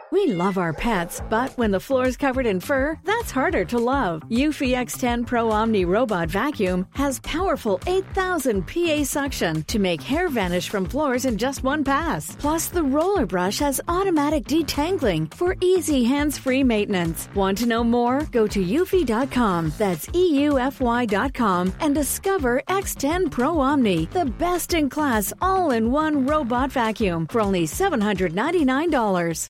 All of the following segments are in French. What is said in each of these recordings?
We love our pets, but when the floor's covered in fur, that's harder to love. Eufy X10 Pro Omni Robot Vacuum has powerful 8,000 PA suction to make hair vanish from floors in just one pass. Plus, the roller brush has automatic detangling for easy hands-free maintenance. Want to know more? Go to eufy.com, that's EUFY.com, and discover X10 Pro Omni, the best-in-class all-in-one robot vacuum for only $799.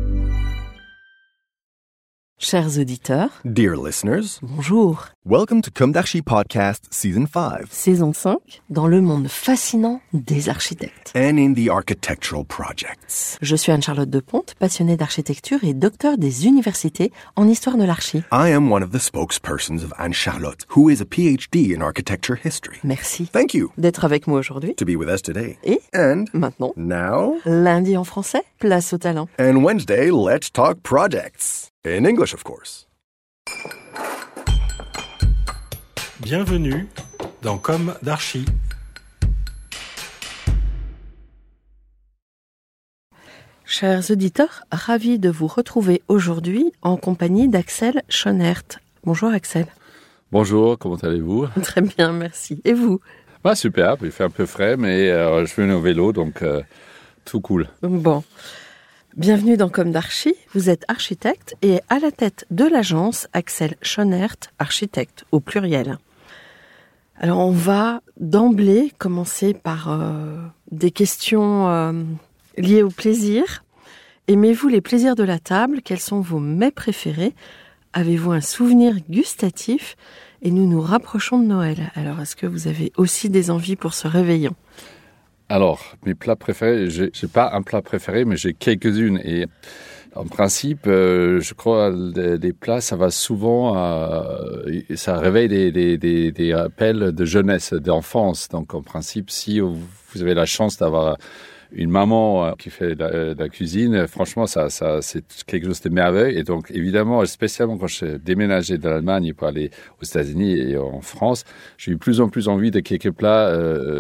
Chers auditeurs, dear listeners, bonjour. Welcome to Comme d'Archi Podcast Season 5. Saison 5, dans le monde fascinant des architectes. And in the architectural projects. Je suis Anne-Charlotte Deponte, passionnée d'architecture et docteur des universités en histoire de l'archi. I am one of the spokespersons of Anne-Charlotte, who is a PhD in architecture history. Merci. Thank you. D'être avec moi aujourd'hui. To be with us today. Et And maintenant, now, lundi en français, place au talent. And Wednesday, let's talk projects. In English, of course. Bienvenue dans Comme d'Archi. Chers auditeurs, ravis de vous retrouver aujourd'hui en compagnie d'Axel Schonert. Bonjour Axel. Bonjour, comment allez-vous? Très bien, merci. Et vous? Super, il fait un peu frais, mais je viens au vélo, donc tout cool. Bon. Bienvenue dans Comme d'Archi, vous êtes architecte et à la tête de l'agence Axel Schonert, architecte au pluriel. Alors on va d'emblée commencer par des questions liées au plaisir. Aimez-vous les plaisirs de la table? Quels sont vos mets préférés? Avez-vous un souvenir gustatif? Et nous nous rapprochons de Noël. Alors est-ce que vous avez aussi des envies pour ce réveillon? Alors, mes plats préférés, j'ai pas un plat préféré, mais j'ai quelques-unes. Et en principe, je crois des plats, ça va souvent, ça réveille des rappels de jeunesse, d'enfance. Donc, en principe, si vous avez la chance d'avoir une maman qui fait de la cuisine, franchement, ça c'est quelque chose de merveilleux. Et donc, évidemment, spécialement quand je déménageais de l'Allemagne pour aller aux États-Unis et en France, j'ai eu plus en plus envie de quelques plats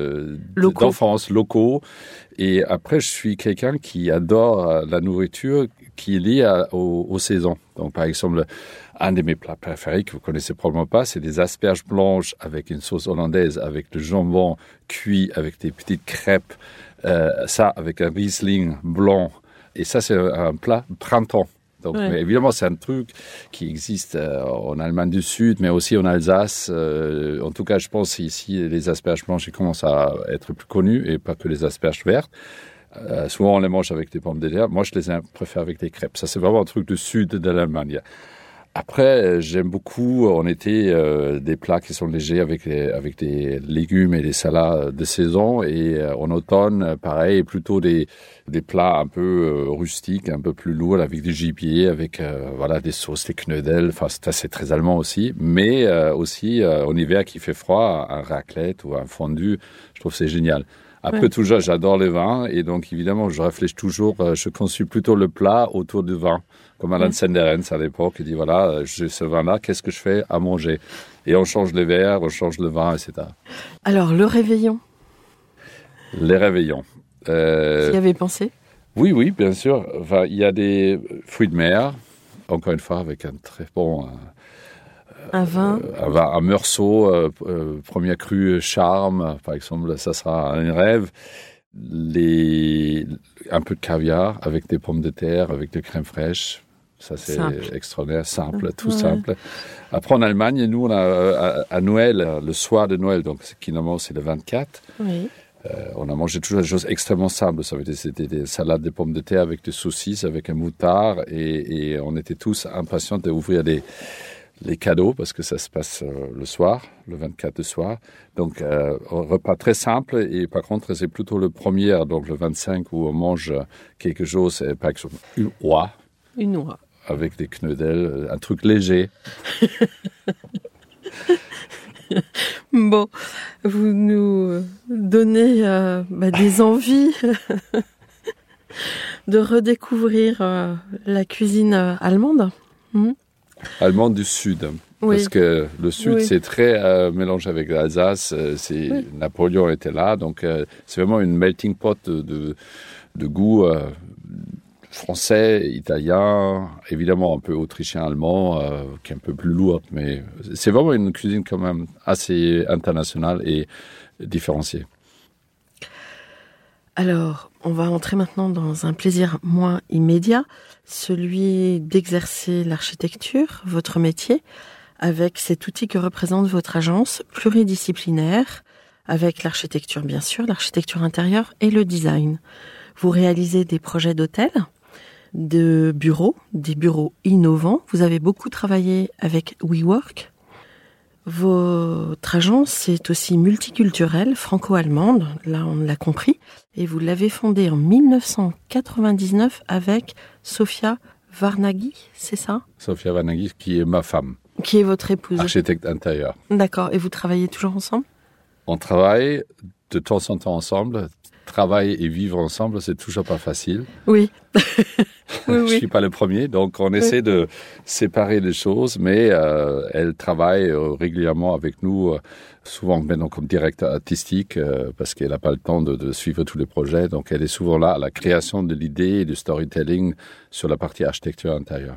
d'enfance, locaux. Et après, je suis quelqu'un qui adore la nourriture qui est liée aux saisons. Donc, par exemple, un de mes plats préférés que vous connaissez probablement pas, c'est des asperges blanches avec une sauce hollandaise, avec le jambon cuit, avec des petites crêpes. Ça avec un Riesling blanc, et ça c'est un plat printemps. Donc, ouais. Mais évidemment c'est un truc qui existe en Allemagne du Sud, mais aussi en Alsace. En tout cas, je pense ici les asperges blanches commencent à être plus connues et pas que les asperges vertes. Souvent on les mange avec des pommes de terre. Moi je les préfère avec des crêpes. Ça c'est vraiment un truc du sud de l'Allemagne. Après, j'aime beaucoup en été des plats qui sont légers avec des légumes et des salades de saison. Et en automne, pareil, plutôt des plats un peu rustiques, un peu plus lourds avec du gibier, avec des sauces, des knödel. Enfin, ça c'est très allemand aussi. Mais aussi en hiver qui fait froid, un raclette ou un fondu, je trouve que c'est génial. Après, ouais. Toujours, j'adore le vin et donc évidemment, je réfléchis toujours, je conçois plutôt le plat autour du vin. Comme Alan Senderens à l'époque, il dit voilà, j'ai ce vin-là, qu'est-ce que je fais à manger? Et on change les verres, on change le vin, etc. Alors, le réveillon? Les réveillons. Vous y avez pensé? Oui, bien sûr. Enfin, il y a des fruits de mer, encore une fois, avec un très bon... un vin? Un meursault, premier cru charme, par exemple, ça sera un rêve. Un peu de caviar avec des pommes de terre, avec de crème fraîche. Ça, c'est simple. Extraordinaire, simple, tout simple. Après, en Allemagne, nous, on a à Noël, le soir de Noël, donc qui normalement c'est le 24. Oui. On a mangé toujours des choses extrêmement simples. Ça veut dire c'était des salades de pommes de terre avec des saucisses, avec un moutard. Et on était tous impatients d'ouvrir les cadeaux, parce que ça se passe le soir, le 24 de soir. Donc, un repas très simple. Et par contre, c'est plutôt le premier, donc le 25, où on mange quelque chose, par exemple, une oie. Une oie. Avec des knödel, un truc léger. Bon, vous nous donnez des envies de redécouvrir la cuisine allemande. Allemande du Sud. Oui. Parce que le Sud, Oui. c'est très mélangé avec l'Alsace. Oui. Napoléon était là. Donc, c'est vraiment une melting pot de goût français, italien, évidemment un peu autrichien, allemand, qui est un peu plus lourd, mais c'est vraiment une cuisine quand même assez internationale et différenciée. Alors, on va entrer maintenant dans un plaisir moins immédiat, celui d'exercer l'architecture, votre métier, avec cet outil que représente votre agence pluridisciplinaire, avec l'architecture bien sûr, l'architecture intérieure et le design. Vous réalisez des projets d'hôtels, de bureaux, des bureaux innovants. Vous avez beaucoup travaillé avec WeWork. Votre agence est aussi multiculturelle, franco-allemande, là on l'a compris, et vous l'avez fondée en 1999 avec Sofia Varnaghi, c'est ça ? Sofia Varnaghi, qui est ma femme. Qui est votre épouse ? Architecte intérieur. D'accord, et vous travaillez toujours ensemble ? On travaille de temps en temps ensemble. Travailler et vivre ensemble, c'est toujours pas facile. Oui. Je suis pas le premier, donc on essaie de séparer les choses, mais elle travaille régulièrement avec nous, souvent maintenant comme directeur artistique, parce qu'elle n'a pas le temps de suivre tous les projets, donc elle est souvent là à la création de l'idée et du storytelling sur la partie architecture intérieure.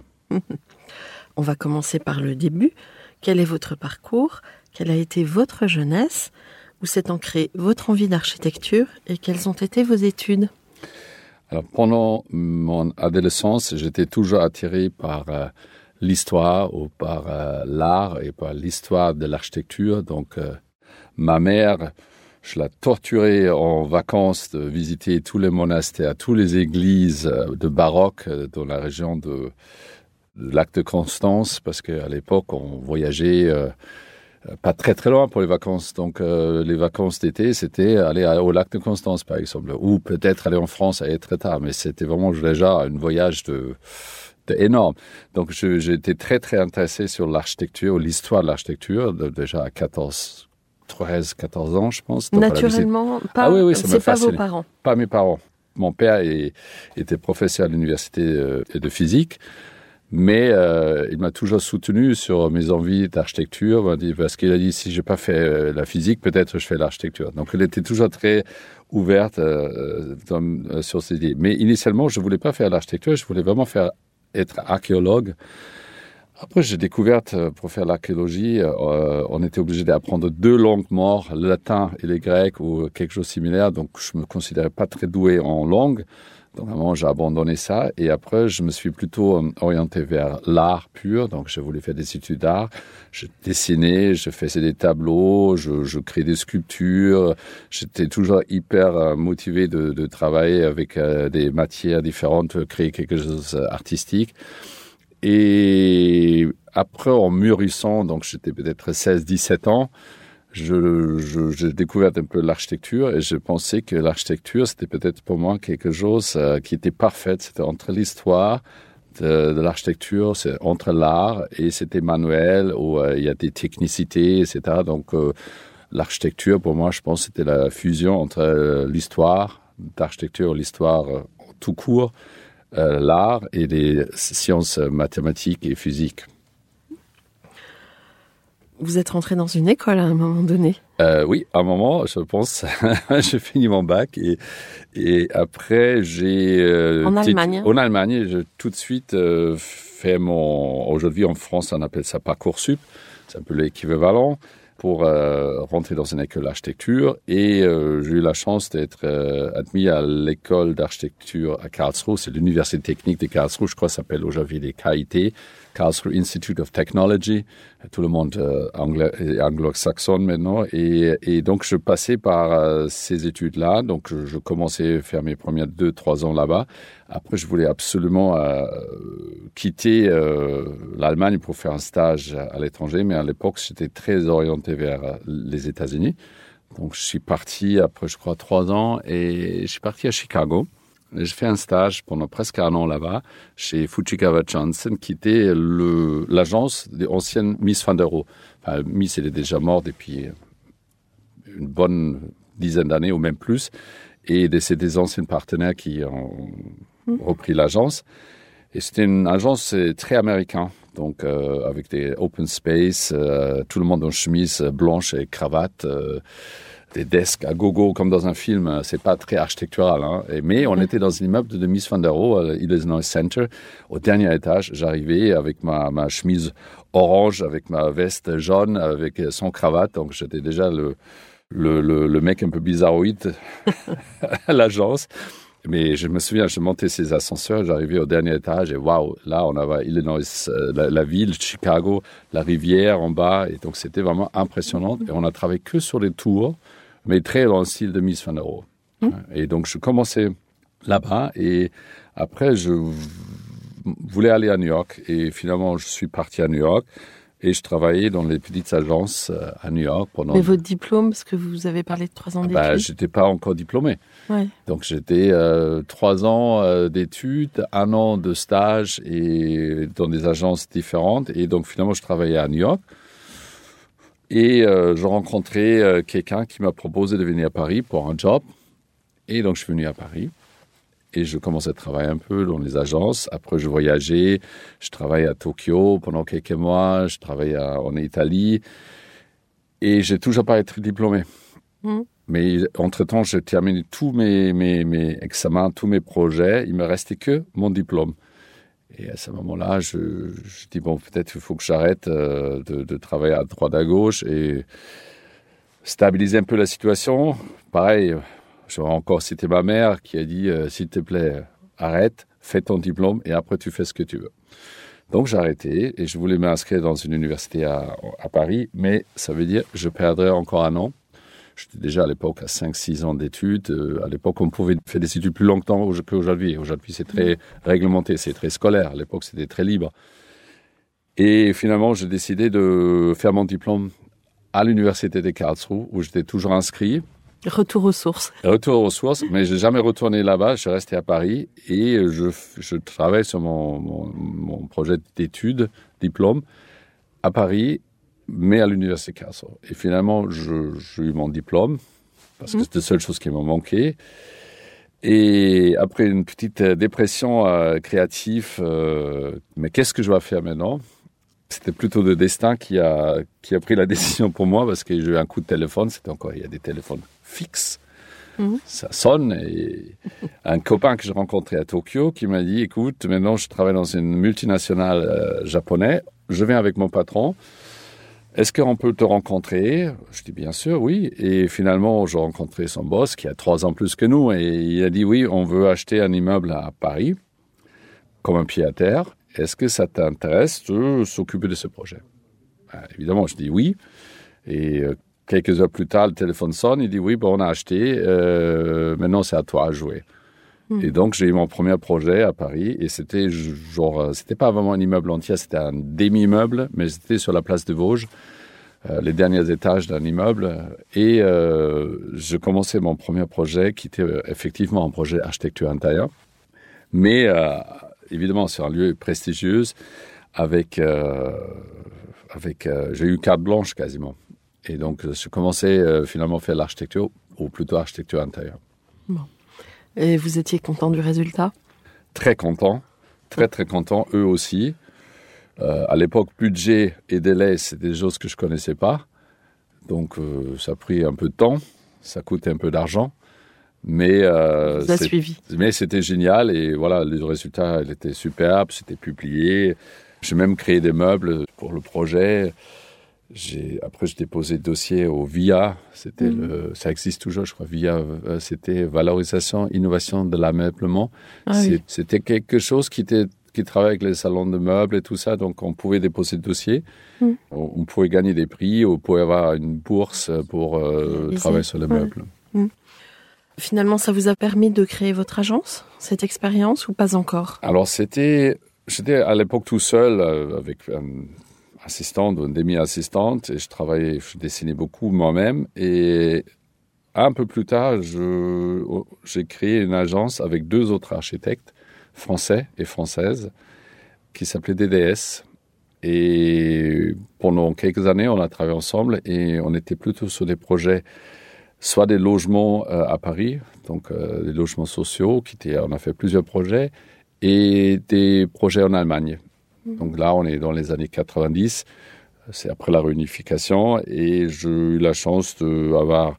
On va commencer par le début. Quel est votre parcours ? Quelle a été votre jeunesse ? Où s'est ancrée votre envie d'architecture et quelles ont été vos études ? Alors, pendant mon adolescence, j'étais toujours attiré par l'histoire ou par l'art et par l'histoire de l'architecture. Donc, ma mère, je la torturais en vacances de visiter tous les monastères, toutes les églises de baroque dans la région de Lac de Constance, parce qu'à l'époque, on voyageait pas très très loin pour les vacances. Donc les vacances d'été, c'était aller au lac de Constance par exemple, ou peut-être aller en France à Étretat, mais c'était vraiment déjà un voyage de énorme. Donc j'étais très très intéressé sur l'architecture, l'histoire de l'architecture, déjà à 13, 14 ans je pense. Donc, naturellement, pas, oui, c'est pas vos parents. Pas mes parents. Mon père était professeur à l'université de physique. Mais il m'a toujours soutenu sur mes envies d'architecture, parce qu'il a dit si j'ai pas fait la physique, peut-être je fais l'architecture. Donc elle était toujours très ouverte sur ces idées. Mais initialement, je voulais pas faire l'architecture, je voulais vraiment être archéologue. Après, j'ai découvert, pour faire l'archéologie, on était obligé d'apprendre 2 langues mortes, le latin et le grec, ou quelque chose de similaire. Donc je me considérais pas très doué en langue. Donc, à un moment, j'ai abandonné ça. Et après, je me suis plutôt orienté vers l'art pur. Donc, je voulais faire des études d'art. Je dessinais, je faisais des tableaux, je créais des sculptures. J'étais toujours hyper motivé de travailler avec des matières différentes, créer quelque chose d'artistique. Et après, en mûrissant, donc j'étais peut-être 16-17 ans, j'ai découvert un peu l'architecture et je pensais que l'architecture, c'était peut-être pour moi quelque chose qui était parfait. C'était entre l'histoire de l'architecture, c'est entre l'art et c'était manuel où il y a des technicités, etc. Donc l'architecture, pour moi, je pense, c'était la fusion entre l'histoire d'architecture, l'histoire tout court, l'art et les sciences mathématiques et physiques. Vous êtes rentré dans une école à un moment donné ? Oui, à un moment, je pense, j'ai fini mon bac et après j'ai... en Allemagne. En Allemagne, j'ai tout de suite fait aujourd'hui en France, on appelle ça Parcoursup, c'est un peu l'équivalent, pour rentrer dans une école d'architecture et j'ai eu la chance d'être admis à l'école d'architecture à Karlsruhe, c'est l'université technique de Karlsruhe, je crois que ça s'appelle aujourd'hui les KIT, Karlsruhe Institute of Technology, tout le monde anglo-saxon maintenant et donc je passais par ces études-là, donc je commençais à faire mes premiers 2-3 ans là-bas. Après, je voulais absolument quitter l'Allemagne pour faire un stage à l'étranger, mais à l'époque, j'étais très orienté vers les États-Unis. Donc, je suis parti après, je crois, 3 ans et je suis parti à Chicago. J'ai fait un stage pendant presque 1 an là-bas chez Fujikawa Johnson, qui était l'agence des anciennes Miss Van der Rohe. Enfin, Miss, elle est déjà morte depuis une bonne dizaine d'années ou même plus. Et c'est des anciens partenaires qui ont repris l'agence. Et c'était une agence très américaine, donc avec des open space, tout le monde en chemise blanche et cravate. des desks à gogo comme dans un film. C'est pas très architectural, hein. Mais on était dans un immeuble de Mies van der Rohe, à Illinois Center. Au dernier étage, j'arrivais avec ma chemise orange, avec ma veste jaune, avec son cravate. Donc j'étais déjà le mec un peu bizarroïde à l'agence. Mais je me souviens, je montais ces ascenseurs, j'arrivais au dernier étage et waouh, là on avait Illinois, la ville, Chicago, la rivière en bas. Et donc c'était vraiment impressionnant. Et on a travaillé que sur les tours, mais très dans le style de Mies van der Rohe. Et donc je commençais là-bas et après je voulais aller à New York. Et finalement je suis parti à New York. Et je travaillais dans les petites agences à New York pendant... Mais votre diplôme, parce que vous avez parlé de 3 ans d'études. Je n'étais pas encore diplômé. Ouais. Donc j'étais 3 ans d'études, 1 an de stage et dans des agences différentes. Et donc finalement, je travaillais à New York. Et je rencontrais quelqu'un qui m'a proposé de venir à Paris pour un job. Et donc je suis venu à Paris. Et je commençais à travailler un peu dans les agences. Après, je voyageais. Je travaillais à Tokyo pendant quelques mois. Je travaillais en Italie. Et j'ai toujours pas été diplômé. Mais entre-temps, j'ai terminé tous mes examens, tous mes projets. Il me restait que mon diplôme. Et à ce moment-là, je dis, bon, peut-être il faut que j'arrête de travailler à droite à gauche et stabiliser un peu la situation. Pareil, j'aurais encore cité ma mère qui a dit « S'il te plaît, arrête, fais ton diplôme et après tu fais ce que tu veux ». Donc j'ai arrêté et je voulais m'inscrire dans une université à Paris, mais ça veut dire que je perdrais encore 1 an. J'étais déjà à l'époque à 5-6 ans d'études. À l'époque, on pouvait faire des études plus longtemps qu'aujourd'hui. Aujourd'hui, c'est très réglementé, c'est très scolaire. À l'époque, c'était très libre. Et finalement, j'ai décidé de faire mon diplôme à l'université de Karlsruhe, où j'étais toujours inscrit. Retour aux sources. Retour aux sources, mais je n'ai jamais retourné là-bas. Je suis resté à Paris et je travaille sur mon projet d'études, diplôme, à Paris, mais à l'université Karlsruhe. Et finalement, j'ai eu mon diplôme, parce que c'était la seule chose qui m'a manqué. Et après une petite dépression créative, mais qu'est-ce que je vais faire maintenant ? C'était plutôt le destin qui a pris la décision pour moi, parce que j'ai eu un coup de téléphone. C'était encore, il y a des téléphones fixes. Ça sonne. Et un copain que j'ai rencontré à Tokyo qui m'a dit, écoute, maintenant je travaille dans une multinationale japonaise. Je viens avec mon patron. Est-ce qu'on peut te rencontrer ? Je dis bien sûr, oui. Et finalement, j'ai rencontré son boss qui a 3 ans plus que nous. Et il a dit, oui, on veut acheter un immeuble à Paris, comme un pied à terre. Est-ce que ça t'intéresse de s'occuper de ce projet ? Évidemment, je dis oui. Et quelques heures plus tard, le téléphone sonne. Il dit, oui, bon, on a acheté. Maintenant, c'est à toi à jouer. Et donc, j'ai eu mon premier projet à Paris. Et c'était c'était pas vraiment un immeuble entier, c'était un demi-immeuble, mais c'était sur la place de Vosges, les derniers étages d'un immeuble. Et je commençais mon premier projet, qui était effectivement un projet d'architecture intérieure. Mais évidemment, c'est un lieu prestigieux avec j'ai eu carte blanche quasiment. Et donc, je commençais finalement à faire l'architecture, ou plutôt architecture intérieure. Bon. Et vous étiez content du résultat ? Très content, très content, eux aussi. À l'époque, budget et délai, c'était des choses que je ne connaissais pas. Donc, ça a pris un peu de temps, ça coûtait un peu d'argent. Mais, ça a suivi. Mais c'était génial et voilà, le résultat, il était superbe, c'était publié. J'ai même créé des meubles pour le projet. Après, j'ai déposé le dossier au VIA. Ça existe toujours, je crois. VIA, c'était Valorisation, Innovation de l'ameublement. Oui. C'était quelque chose qui travaillait avec les salons de meubles et tout ça. Donc, on pouvait déposer le dossier. On pouvait gagner des prix. On pouvait avoir une bourse pour travailler sur les meubles. Finalement, ça vous a permis de créer votre agence, cette expérience, ou pas encore ? Alors, j'étais à l'époque tout seul avec une assistante ou une demi-assistante et je dessinais beaucoup moi-même. Et un peu plus tard, j'ai créé une agence avec 2 autres architectes français et françaises qui s'appelait DDS. Et pendant quelques années, on a travaillé ensemble et on était plutôt sur des projets, soit des logements à Paris, donc des logements sociaux, on a fait plusieurs projets, et des projets en Allemagne. Donc là, on est dans les années 90, c'est après la réunification, et j'ai eu la chance d'avoir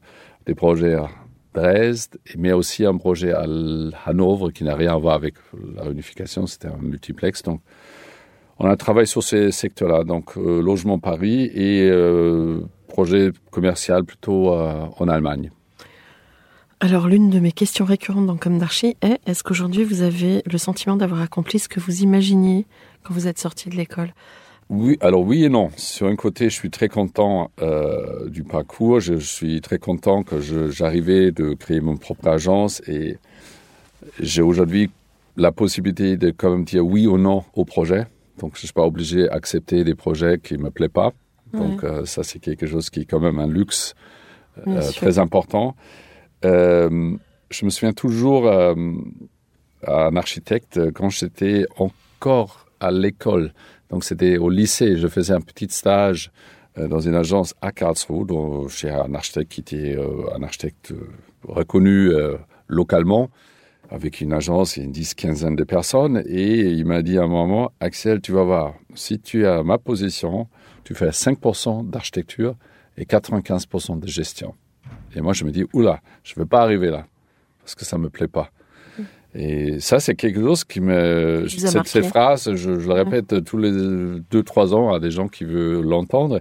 des projets à Dresde, mais aussi un projet à Hanovre qui n'a rien à voir avec la réunification, c'était un multiplex. Donc, on a travaillé sur ces secteurs-là, donc logement Paris et projet commercial plutôt en Allemagne. Alors, l'une de mes questions récurrentes dans Comme d'Archi est-ce qu'aujourd'hui vous avez le sentiment d'avoir accompli ce que vous imaginiez quand vous êtes sorti de l'école ? Oui, alors oui et non. Sur un côté, je suis très content du parcours. Je suis très content que j'arrivais de créer mon propre agence et j'ai aujourd'hui la possibilité de quand même dire oui ou non au projet. Donc, je ne suis pas obligé d'accepter des projets qui ne me plaisent pas. Donc, ça, c'est quelque chose qui est quand même un luxe très important. Je me souviens toujours un architecte quand j'étais encore à l'école. Donc, c'était au lycée. Je faisais un petit stage dans une agence à Karlsruhe, chez un architecte qui était un architecte reconnu localement, avec une agence et une 10-15 de personnes. Et il m'a dit à un moment, Axel, tu vas voir, si tu as ma position, tu fais 5% d'architecture et 95% de gestion. Et moi, je me dis, oula, je ne veux pas arriver là, parce que ça ne me plaît pas. Et ça, c'est quelque chose qui me... Cette phrase, je le répète tous les 2-3 ans à des gens qui veulent l'entendre.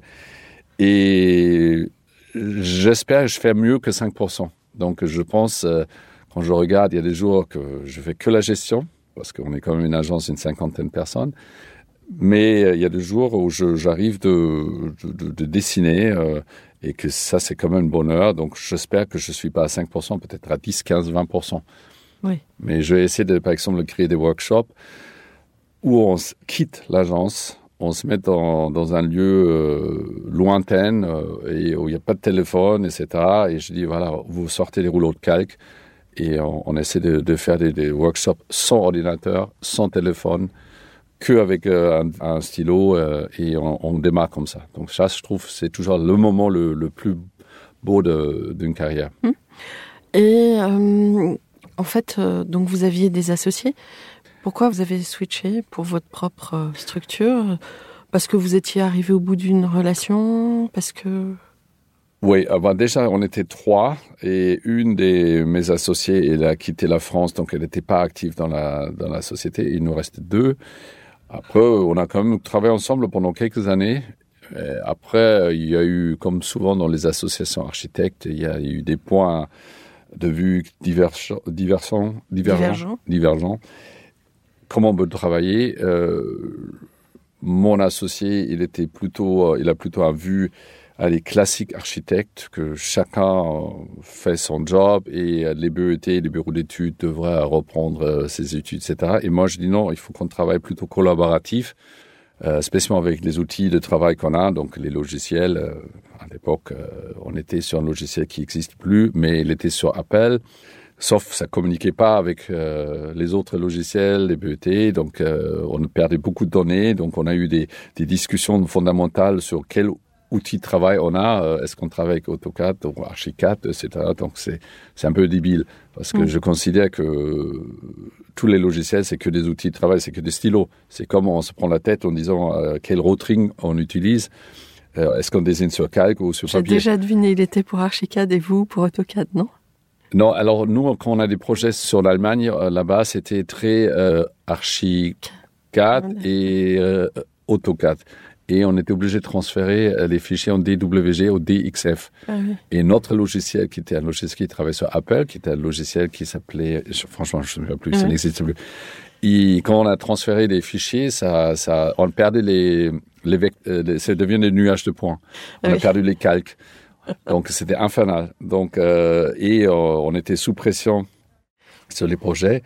Et j'espère que je fais mieux que 5%. Donc, je pense, quand je regarde, il y a des jours que je fais que la gestion, parce qu'on est quand même une agence d'une 50aine de personnes. Mais il y a des jours où j'arrive de dessiner et que ça, c'est quand même un bonheur. Donc, j'espère que je ne suis pas à 5%, peut-être à 10, 15, 20%. Oui. Mais je vais essayer de, par exemple, créer des workshops où on quitte l'agence, on se met dans un lieu lointain et où il n'y a pas de téléphone, etc. Et je dis, voilà, vous sortez les rouleaux de calque et on essaie de faire des workshops sans ordinateur, sans téléphone, qu'avec un stylo et on démarre comme ça. Donc ça, je trouve, c'est toujours le moment le plus beau d'une carrière. Et... en fait, donc vous aviez des associés. Pourquoi vous avez switché pour votre propre structure ? Parce que vous étiez arrivé au bout d'une relation ? Parce que... Oui, déjà, on était 3 et une de mes associées, elle a quitté la France, donc elle n'était pas active dans la société. Il nous restait 2. Après, on a quand même travaillé ensemble pendant quelques années. Et après, il y a eu, comme souvent dans les associations architectes, il y a eu des points de vue divergents. Comment on peut travailler. Mon associé, il a plutôt un vue à les classiques architectes, que chacun fait son job et les BET, les bureaux d'études devraient reprendre ses études, etc. Et moi, je dis non, il faut qu'on travaille plutôt collaboratif, spécialement avec les outils de travail qu'on a, donc les logiciels. À l'époque, on était sur un logiciel qui n'existe plus, mais il était sur Apple. Sauf ça ne communiquait pas avec les autres logiciels, les BET, donc on perdait beaucoup de données. Donc on a eu des discussions fondamentales sur quel outil de travail on a. Est-ce qu'on travaille avec AutoCAD ou Archicad, etc. Donc c'est un peu débile, parce que je considère que tous les logiciels, c'est que des outils de travail, c'est que des stylos. C'est comme on se prend la tête en disant quel routing on utilise. Est-ce qu'on dessine sur calque ou sur papier ? J'ai déjà deviné, il était pour Archicad et vous pour AutoCAD, non ? Non, alors nous, quand on a des projets sur l'Allemagne, là-bas, c'était très Archicad et AutoCAD. Et on était obligé de transférer les fichiers en DWG au DXF. Ah oui. Et notre logiciel, qui était un logiciel qui travaillait sur Apple, qui était un logiciel qui s'appelait... Franchement, je ne sais plus, ça n'existe plus. Et quand on a transféré les fichiers, on perdait ça devient des nuages de points. On a perdu les calques. Donc, c'était infernal. Donc, on était sous pression sur les projets,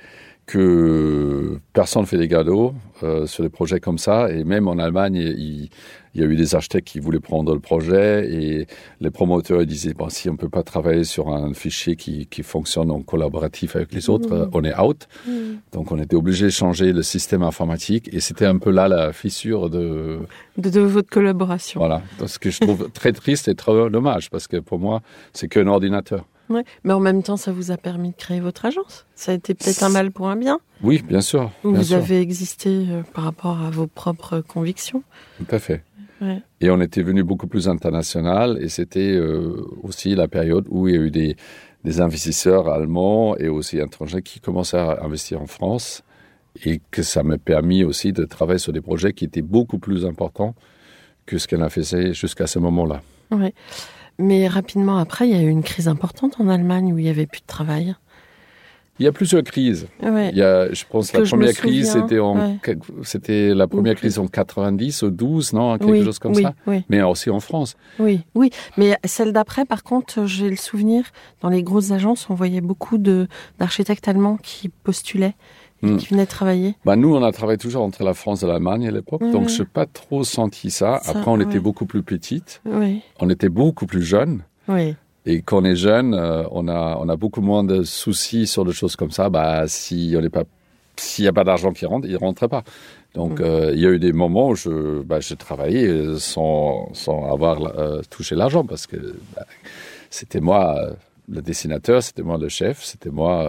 que personne ne fait des cadeaux sur des projets comme ça. Et même en Allemagne, il y a eu des architectes qui voulaient prendre le projet et les promoteurs disaient, bon, si on ne peut pas travailler sur un fichier qui fonctionne en collaboratif avec les autres, on est out. Donc, on était obligé de changer le système informatique et c'était un peu là la fissure de votre collaboration. Voilà, ce que je trouve très triste et très dommage parce que pour moi, c'est qu'un ordinateur. Ouais, mais en même temps, ça vous a permis de créer votre agence. Ça a été peut-être un mal pour un bien. Oui, bien sûr. Vous avez existé par rapport à vos propres convictions. Tout à fait. Ouais. Et on était venu beaucoup plus international. Et c'était aussi la période où il y a eu des investisseurs allemands et aussi étrangers qui commençaient à investir en France. Et que ça m'a permis aussi de travailler sur des projets qui étaient beaucoup plus importants que ce qu'on a fait jusqu'à ce moment-là. Ouais. Mais rapidement après, il y a eu une crise importante en Allemagne où il n'y avait plus de travail. Il y a plusieurs crises. Ouais. Je pense que la première crise, c'était la première crise en 90 ou 12, non? Quelque chose comme ça. Oui. Mais aussi en France. Oui. Mais celle d'après, par contre, j'ai le souvenir, dans les grosses agences, on voyait beaucoup d'architectes allemands qui postulaient et qui venaient travailler. Nous, on a travaillé toujours entre la France et l'Allemagne à l'époque, donc je n'ai pas trop senti ça. Après, on était beaucoup plus petites. Oui. On était beaucoup plus jeunes. Oui. Et quand on est jeune, on a beaucoup moins de soucis sur des choses comme ça. S'il n'y a pas d'argent qui rentre, il ne rentrait pas. Donc, il y a eu des moments où je travaillais sans avoir touché l'argent parce que c'était moi le dessinateur, c'était moi le chef, c'était moi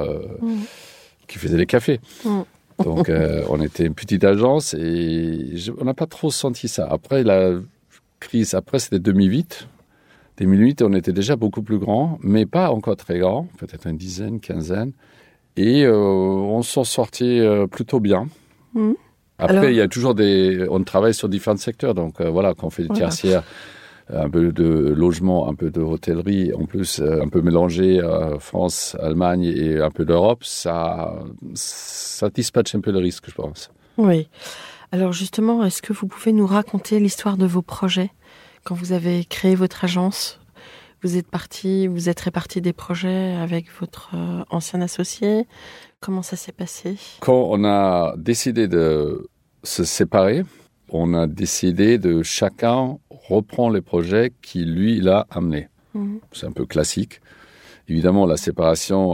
qui faisais les cafés. Donc, on était une petite agence et on n'a pas trop senti ça. Après, la crise, c'était 2008. 2008, on était déjà beaucoup plus grand, mais pas encore très grand, peut-être une dizaine, quinzaine. Et on s'en sortit plutôt bien. Après, il y a toujours on travaille sur différents secteurs. Donc quand on fait du tertiaire, un peu de logement, un peu de hôtellerie, en plus un peu mélangé France, Allemagne et un peu d'Europe, ça dispatche un peu le risque, je pense. Oui. Alors justement, est-ce que vous pouvez nous raconter l'histoire de vos projets ? Quand vous avez créé votre agence, vous êtes répartis des projets avec votre ancien associé. Comment ça s'est passé ? Quand on a décidé de se séparer, on a décidé de chacun reprendre les projets qui, lui, il a amenés. C'est un peu classique. Évidemment, la séparation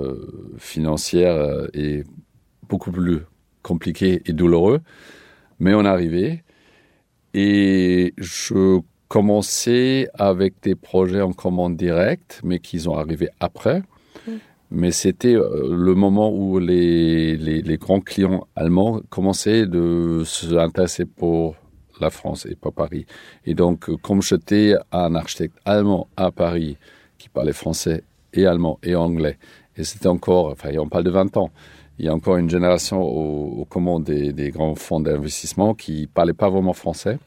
financière est beaucoup plus compliquée et douloureuse, mais on est arrivé. Et je commençais avec des projets en commande directe, mais qui sont arrivés après. Mais c'était le moment où les grands clients allemands commençaient de s'intéresser pour la France et pas Paris. Et donc, comme j'étais un architecte allemand à Paris qui parlait français et allemand et anglais, et c'était encore, on parle de 20 ans, il y a encore une génération aux commandes des grands fonds d'investissement qui ne parlaient pas vraiment français.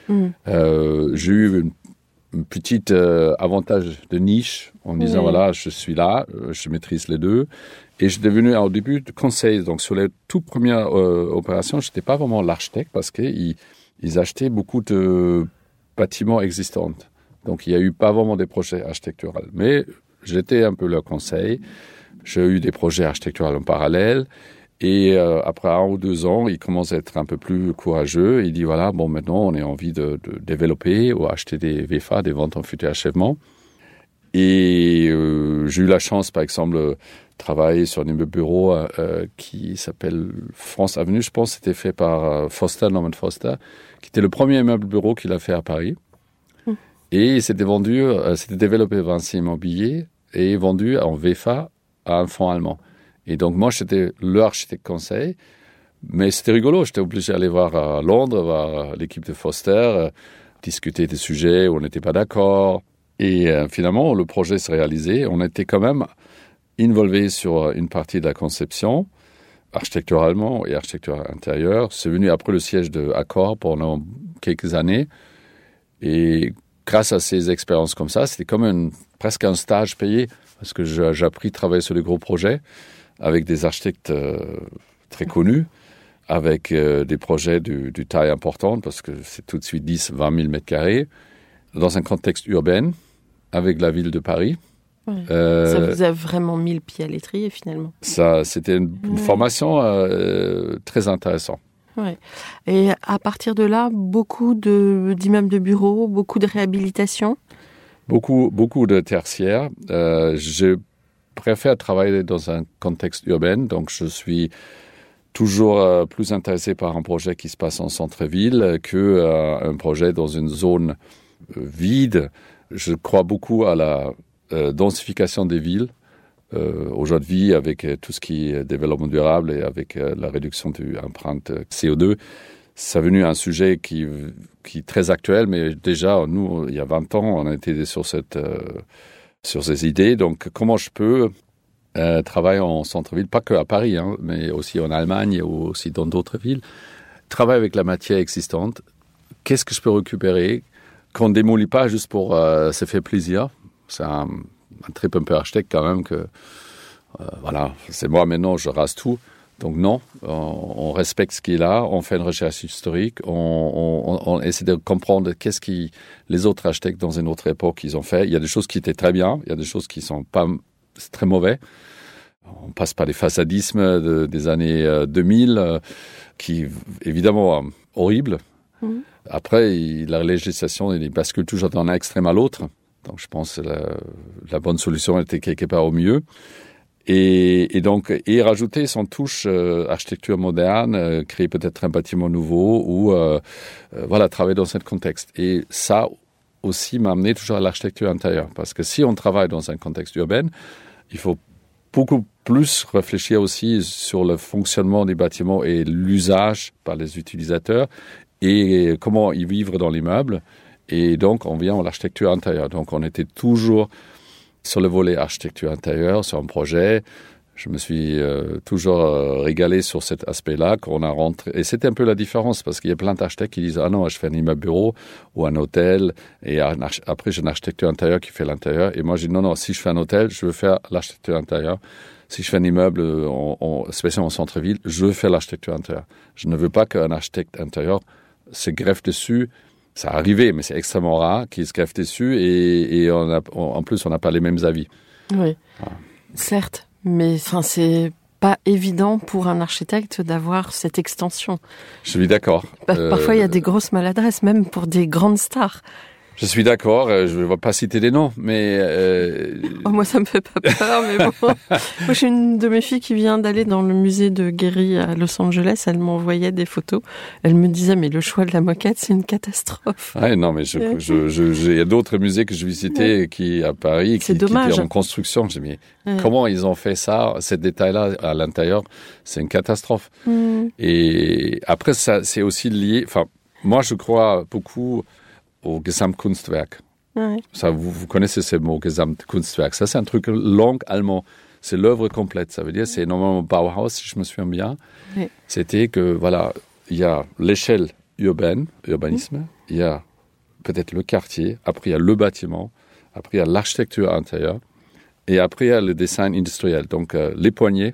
J'ai eu une petite avantage de niche en disant, voilà, je suis là, je maîtrise les deux. Et je suis devenu au début de conseil. Donc, sur les toutes premières opérations, je n'étais pas vraiment l'architecte parce qu'ils achetaient beaucoup de bâtiments existants. Donc, il n'y a eu pas vraiment des projets architecturaux. Mais j'étais un peu leur conseil. J'ai eu des projets architecturaux en parallèle. Et après 1 ou 2 ans, il commence à être un peu plus courageux. Il dit, voilà, maintenant, on a envie de développer ou acheter des VFA, des ventes en futur achèvement. Et j'ai eu la chance, par exemple, de travailler sur un immeuble bureau qui s'appelle France Avenue. Je pense que c'était fait par Norman Foster, qui était le premier immeuble bureau qu'il a fait à Paris. Et c'était développé Vinci Immobilier et vendu en VFA à un fonds allemand. Et donc, moi, j'étais l'architecte conseil, mais c'était rigolo. J'étais obligé d'aller voir à Londres, voir l'équipe de Foster, discuter des sujets où on n'était pas d'accord. Et finalement, le projet s'est réalisé. On était quand même involvés sur une partie de la conception, architecturalement et architecture intérieure. C'est venu après le siège de Accor pendant quelques années. Et grâce à ces expériences comme ça, c'était comme presque un stage payé, parce que j'ai appris à travailler sur les gros projets avec des architectes très connus, avec des projets de taille importante, parce que c'est tout de suite 10, 20 000 mètres carrés, dans un contexte urbain, avec la ville de Paris. Ça vous a vraiment mis le pied à l'étrier, finalement. C'était une formation très intéressante. Ouais. Et à partir de là, beaucoup d'immeubles de bureaux, beaucoup de réhabilitation. Beaucoup de tertiaires. Je préfère travailler dans un contexte urbain, donc je suis toujours plus intéressé par un projet qui se passe en centre-ville qu'un projet dans une zone vide. Je crois beaucoup à la densification des villes. Aujourd'hui, avec tout ce qui est développement durable et avec la réduction de l'empreinte CO2, c'est devenu un sujet qui est très actuel, mais déjà, nous, il y a 20 ans, on a été sur ces idées. Donc, comment je peux travailler en centre-ville, pas que à Paris, mais aussi en Allemagne ou aussi dans d'autres villes, travailler avec la matière existante. Qu'est-ce que je peux récupérer qu'on ne démolit pas juste pour se faire plaisir. C'est un trip un peu architecte quand même que, voilà, c'est moi maintenant, je rase tout. Donc non, on respecte ce qui est là, on fait une recherche historique, on essaie de comprendre qu'est-ce que les autres architectes dans une autre époque ils ont fait. Il y a des choses qui étaient très bien, il y a des choses qui sont pas très mauvais. On passe par les façadismes des années 2000, qui évidemment horribles. Mmh. Après, la législation il bascule toujours d'un extrême à l'autre. Donc je pense que la bonne solution était quelque part au mieux. Et donc, rajouter son touche architecture moderne, créer peut-être un bâtiment nouveau ou voilà, travailler dans ce contexte. Et ça aussi m'a amené toujours à l'architecture intérieure. Parce que si on travaille dans un contexte urbain, il faut beaucoup plus réfléchir aussi sur le fonctionnement des bâtiments et l'usage par les utilisateurs et comment y vivre dans l'immeuble. Et donc, on vient à l'architecture intérieure. Donc, on était toujours sur le volet architecture intérieure, sur un projet. Je me suis toujours régalé sur cet aspect-là qu'on a rentré. Et c'était un peu la différence parce qu'il y a plein d'architectes qui disent « Ah non, je fais un immeuble bureau ou un hôtel et après j'ai une architecture intérieure qui fait l'intérieur. » Et moi, je dis « Non, si je fais un hôtel, je veux faire l'architecture intérieure. Si je fais un immeuble, spécialement en centre-ville, je veux faire l'architecture intérieure. Je ne veux pas qu'un architecte intérieur se greffe dessus. » Ça arrivé, mais c'est extrêmement rare qu'il se greffe dessus et en plus, on n'a pas les mêmes avis. Oui, certes, mais c'est pas évident pour un architecte d'avoir cette extension. Je suis d'accord. Parfois, il y a des grosses maladresses, même pour des grandes stars. Je suis d'accord, je ne vais pas citer des noms, mais... moi, ça me fait pas peur, mais bon. Moi, j'ai une de mes filles qui vient d'aller dans le musée de Gehry à Los Angeles. Elle m'envoyait des photos. Elle me disait, mais le choix de la moquette, c'est une catastrophe. Ah, non, mais il y a d'autres musées que je visitais qui à Paris, qui étaient en construction. Je me dis, comment ils ont fait ça, ces détails-là à l'intérieur, c'est une catastrophe. Et après, ça, c'est aussi lié... Enfin, moi, je crois beaucoup... au Gesamtkunstwerk. Ouais. Ça, vous connaissez ce mot, Gesamtkunstwerk. Ça, c'est un truc langue allemand. C'est l'œuvre complète. Ça veut dire, c'est normalement Bauhaus, si je me souviens bien. Ouais. C'était que, voilà, il y a l'échelle urbanisme, il y a peut-être le quartier, après il y a le bâtiment, après il y a l'architecture intérieure, et après il y a le design industriel. Donc, les poignées,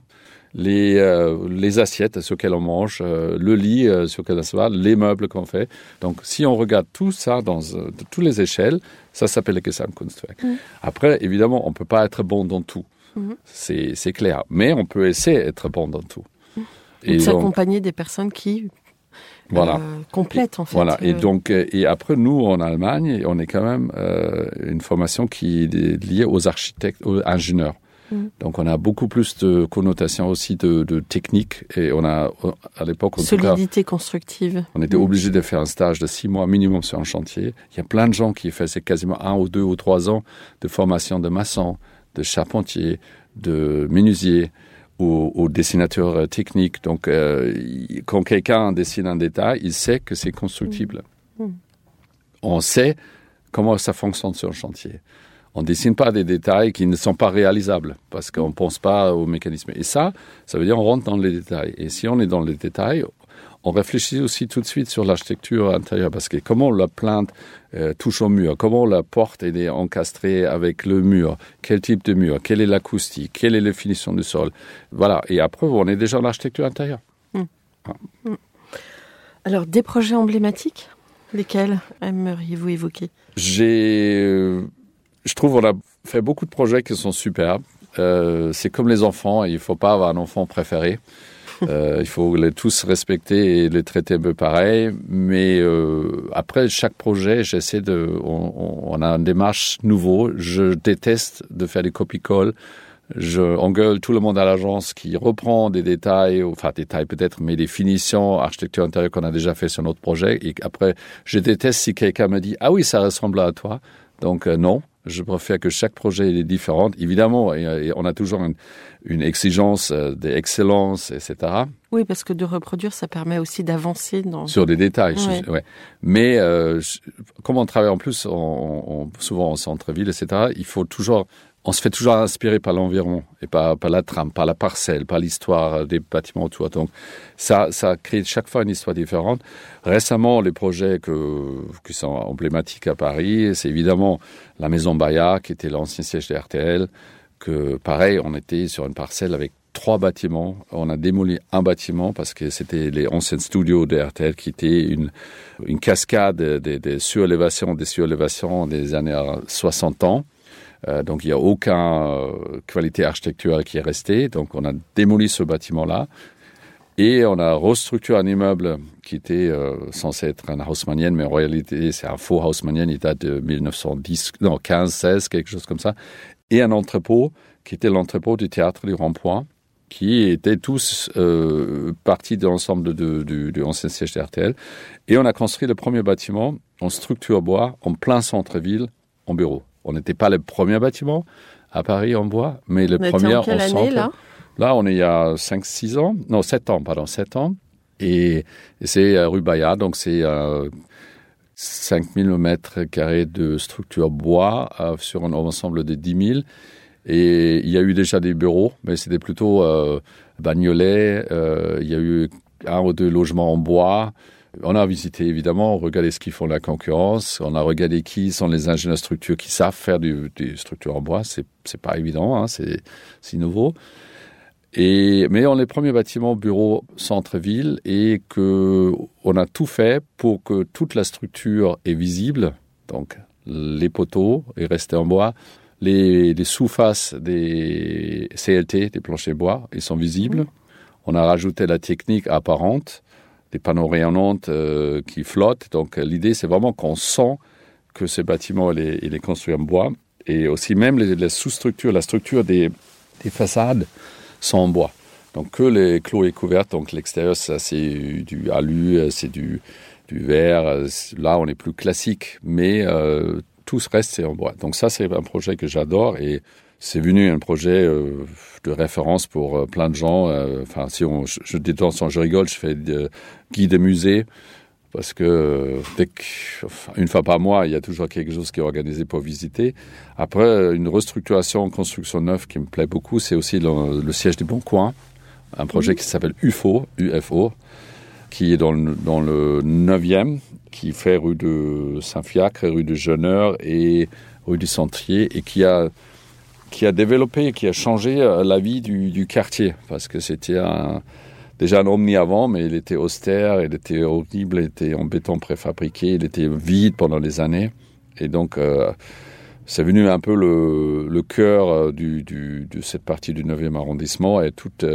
les assiettes sur lesquelles on mange, le lit sur lequel on se va, les meubles qu'on fait. Donc, si on regarde tout ça dans toutes les échelles, ça s'appelle le Gesamtkunstwerk. Après, évidemment, on ne peut pas être bon dans tout. C'est clair. Mais on peut essayer d'être bon dans tout. Et s'accompagner des personnes qui complètent, en fait. Voilà. Et après, nous, en Allemagne, on est quand même une formation qui est liée aux architectes, aux ingénieurs. Donc, on a beaucoup plus de connotations aussi de technique. Et on a, à l'époque... Solidité constructive. On était obligé de faire un stage de 6 mois minimum sur un chantier. Il y a plein de gens qui faisaient quasiment 1 ou 2 ou 3 ans de formation de maçon, de charpentier, de menuisier ou dessinateur technique. Donc, quand quelqu'un dessine un détail, il sait que c'est constructible. On sait comment ça fonctionne sur un chantier. On ne dessine pas des détails qui ne sont pas réalisables parce qu'on ne pense pas au mécanisme. Et ça veut dire qu'on rentre dans les détails. Et si on est dans les détails, on réfléchit aussi tout de suite sur l'architecture intérieure parce que comment la plinthe touche au mur, comment la porte est encastrée avec le mur, quel type de mur, quelle est l'acoustique, quelle est la finition du sol. Voilà. Et après, on est déjà dans l'architecture intérieure. Alors, des projets emblématiques, lesquels aimeriez-vous évoquer ? Je trouve qu'on a fait beaucoup de projets qui sont superbes. C'est comme les enfants, il ne faut pas avoir un enfant préféré. Il faut les tous respecter et les traiter un peu pareil. Mais après chaque projet, on a une démarche nouveau. Je déteste de faire des copie-colle. Je engueule tout le monde à l'agence qui reprend des détails, enfin détails peut-être, mais des finitions, architecture intérieure qu'on a déjà fait sur notre projet. Et après, je déteste si quelqu'un me dit « Ah oui, ça ressemble à toi ». Donc non, je préfère que chaque projet est différent. Évidemment, et on a toujours une exigence d'excellence, etc. Oui, parce que de reproduire, ça permet aussi d'avancer sur des détails. Ouais. Ouais. Mais comme on travaille en plus souvent en centre-ville, etc., on se fait toujours inspirer par l'environnement et par la trame, par la parcelle, par l'histoire des bâtiments autour. Donc ça crée chaque fois une histoire différente. Récemment, les projets qui sont emblématiques à Paris, c'est évidemment la Maison Bayard, qui était l'ancien siège de RTL, que pareil, on était sur une parcelle avec 3 bâtiments. On a démoli un bâtiment parce que c'était les anciens studios de RTL qui étaient une cascade des surélévations des années 60 ans. Donc, il n'y a aucune qualité architecturale qui est restée. Donc, on a démoli ce bâtiment-là et on a restructuré un immeuble qui était censé être un haussmannienne, mais en réalité, c'est un faux haussmannienne. Il date de 15, 16, quelque chose comme ça. Et un entrepôt qui était l'entrepôt du théâtre du Rond-Point, qui étaient tous partis de l'ensemble du ancien siège de RTL. Et on a construit le premier bâtiment en structure bois, en plein centre-ville, en bureau. On n'était pas le premier bâtiment à Paris en bois, mais le premier en centre. Quelle année, là ? Là, on est il y a 7 ans. Et c'est rue Bayard, donc c'est 5000 mètres carrés de structure bois sur un ensemble de 10 000. Et il y a eu déjà des bureaux, mais c'était plutôt Bagnolet. Il y a eu 1 ou 2 logements en bois. On a visité, évidemment, regardé ce qu'ils font la concurrence. On a regardé qui sont les ingénieurs structures qui savent faire des structures en bois. C'est pas évident, hein, c'est nouveau. Mais on est les premiers bâtiments bureaux centre-ville et on a tout fait pour que toute la structure est visible. Donc, les poteaux est resté en bois. Les sous-faces des CLT, des planchers bois, ils sont visibles. On a rajouté la technique apparente, des panneaux rayonnants qui flottent. Donc, l'idée, c'est vraiment qu'on sent que ce bâtiment, il est construit en bois. Et aussi, même les sous-structures, la structure des façades sont en bois. Donc, que les clos et couvertes. Donc, l'extérieur, ça, c'est du alu, c'est du verre. Là, on est plus classique. Mais tout ce reste, c'est en bois. Donc, ça, c'est un projet que j'adore. Et c'est venu un projet de référence pour plein de gens. Enfin, si je détends, je rigole, je fais guide de musée parce que une fois par mois, il y a toujours quelque chose qui est organisé pour visiter. Après, une restructuration en construction neuve qui me plaît beaucoup, c'est aussi le siège du Bon Coin, un projet qui s'appelle UFO, qui est dans le 9e, qui fait rue de Saint-Fiacre, rue de Jeuneur et rue du Centrier, et qui a développé, qui a changé la vie du quartier, parce que c'était déjà un omni avant, mais il était austère, il était horrible, il était en béton préfabriqué, il était vide pendant des années. Et donc, c'est venu un peu le cœur de cette partie du 9e arrondissement, et toute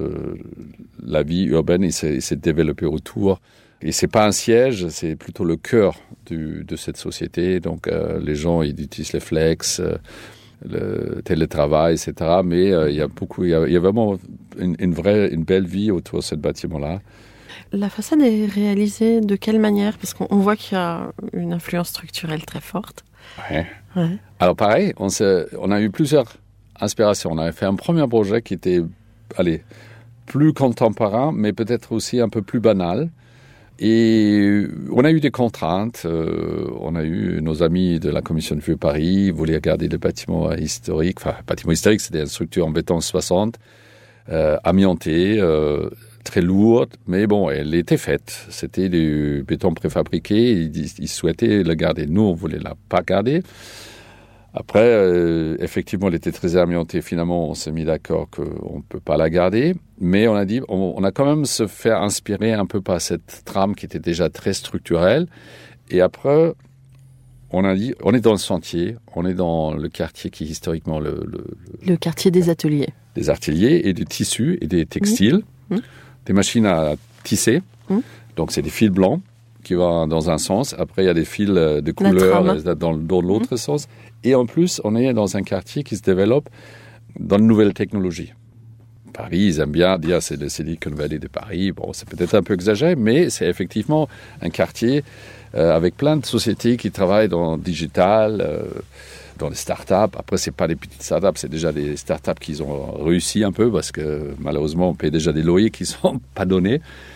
la vie urbaine il s'est développée autour. Et c'est pas un siège, c'est plutôt le cœur de cette société. Donc, les gens, ils utilisent les flex, le télétravail, etc. Mais il y a vraiment une belle vie autour de ce bâtiment-là. La façade est réalisée de quelle manière ? Parce qu'on voit qu'il y a une influence structurelle très forte. Ouais. Alors pareil, on a eu plusieurs inspirations. On avait fait un premier projet qui était, plus contemporain, mais peut-être aussi un peu plus banal. Et on a eu des contraintes. On a eu nos amis de la Commission de Vieux Paris, ils voulaient garder le bâtiment historique. Enfin, le bâtiment historique, c'était une structure en béton 60, amiantée, très lourde. Mais bon, elle était faite. C'était du béton préfabriqué. Ils souhaitaient le garder. Nous, on ne voulait pas garder. Après, effectivement, elle était très amiantée. Finalement, on s'est mis d'accord qu'on ne peut pas la garder. Mais on a dit, on a quand même se faire inspirer un peu par cette trame qui était déjà très structurelle. Et après, on a dit, on est dans le sentier, on est dans le quartier qui est historiquement le quartier des ateliers. Des ateliers et des tissus et des textiles, des machines à tisser. Donc, c'est des fils blancs qui vont dans un sens. Après, il y a des fils de couleur dans l'autre sens. Et en plus, on est dans un quartier qui se développe dans de nouvelles technologies. Paris, ils aiment bien dire c'est le Silicon Valley de Paris. Bon, c'est peut-être un peu exagéré, mais c'est effectivement un quartier avec plein de sociétés qui travaillent dans le digital, dans les startups. Après, c'est pas des petites startups, c'est déjà des startups qui ont réussi un peu parce que malheureusement, on paye déjà des loyers qui sont pas donnés.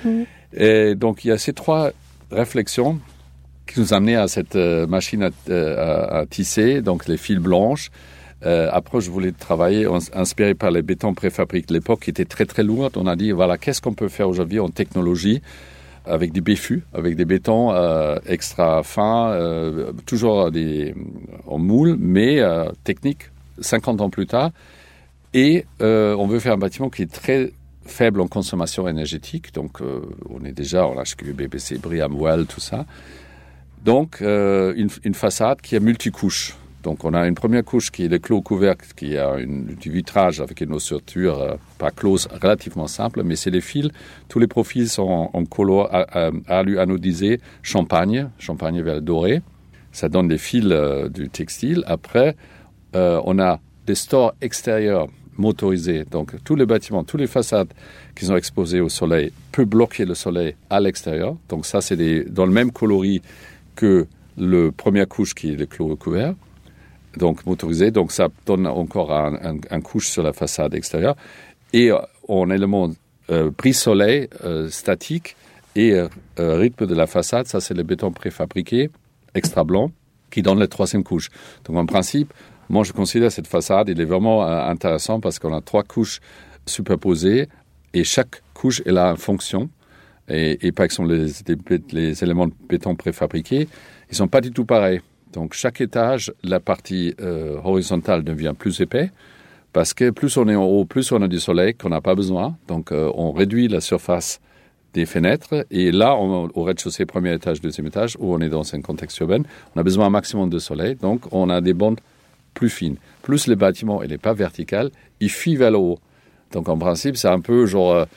Et donc, il y a ces 3 réflexions qui nous ont amené à cette machine à tisser, donc les fils blanches. Après, je voulais travailler inspiré par les bétons préfabriqués de l'époque qui étaient très très lourds. On a dit, voilà, qu'est-ce qu'on peut faire aujourd'hui en technologie avec des béfus, avec des bétons extra fins, toujours en moule, mais technique, 50 ans plus tard. Et on veut faire un bâtiment qui est très faible en consommation énergétique. Donc, on a HQE, BBC, Briam Well, tout ça. Donc, une façade qui est multicouche. Donc, on a une première couche qui est le clos couvercle, qui a du vitrage avec une ossature pas close, relativement simple, mais c'est les fils. Tous les profils sont en couleur alu anodisé, champagne vert doré. Ça donne des fils du textile. Après, on a des stores extérieurs motorisés. Donc, tous les bâtiments, toutes les façades qui sont exposées au soleil peuvent bloquer le soleil à l'extérieur. Donc, ça, c'est dans le même coloris que la première couche qui est le clos couvert. Donc motorisé, donc ça donne encore un couche sur la façade extérieure. Et en élément brise-soleil statique et rythme de la façade, ça c'est le béton préfabriqué, extra blanc, qui donne la 3e couche. Donc en principe, moi je considère cette façade, il est vraiment intéressant parce qu'on a 3 couches superposées et chaque couche elle a une fonction. Et par exemple, les éléments de béton préfabriqués, ils ne sont pas du tout pareils. Donc, chaque étage, la partie horizontale devient plus épais parce que plus on est en haut, plus on a du soleil qu'on n'a pas besoin. Donc, on réduit la surface des fenêtres. Et là, au rez-de-chaussée, premier étage, deuxième étage, où on est dans un contexte urbain, on a besoin un maximum de soleil. Donc, on a des bandes plus fines. Plus le bâtiment, il n'est pas vertical, il fuit vers le haut. Donc, en principe, c'est un peu genre...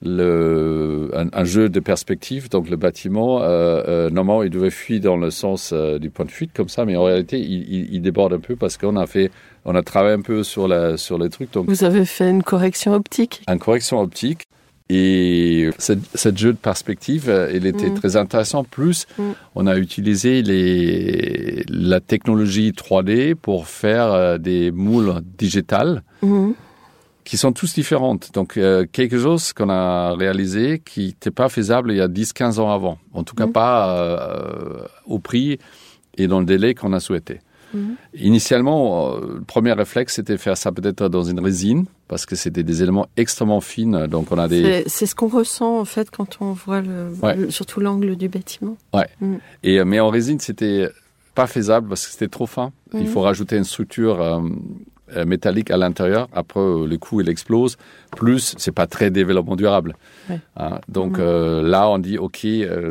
un jeu de perspective. Donc le bâtiment, normalement, il devait fuir dans le sens du point de fuite comme ça, mais en réalité, il déborde un peu parce qu'on a travaillé un peu sur les trucs. Donc, vous avez fait une correction optique. Une correction optique. Et ce jeu de perspective, il était très intéressant. Plus, on a utilisé la technologie 3D pour faire des moules digitales. Qui sont tous différentes. Donc, quelque chose qu'on a réalisé qui n'était pas faisable il y a 10-15 ans avant. En tout cas, pas au prix et dans le délai qu'on a souhaité. Initialement, le premier réflexe, c'était de faire ça peut-être dans une résine, parce que c'était des éléments extrêmement fins. Donc, on a c'est ce qu'on ressent, en fait, quand on voit surtout l'angle du bâtiment. Ouais. Mais en résine, c'était pas faisable parce que c'était trop fin. Il faut rajouter une structure... métallique à l'intérieur, après le coup il explose, plus c'est pas très développement durable. Donc là on dit ok,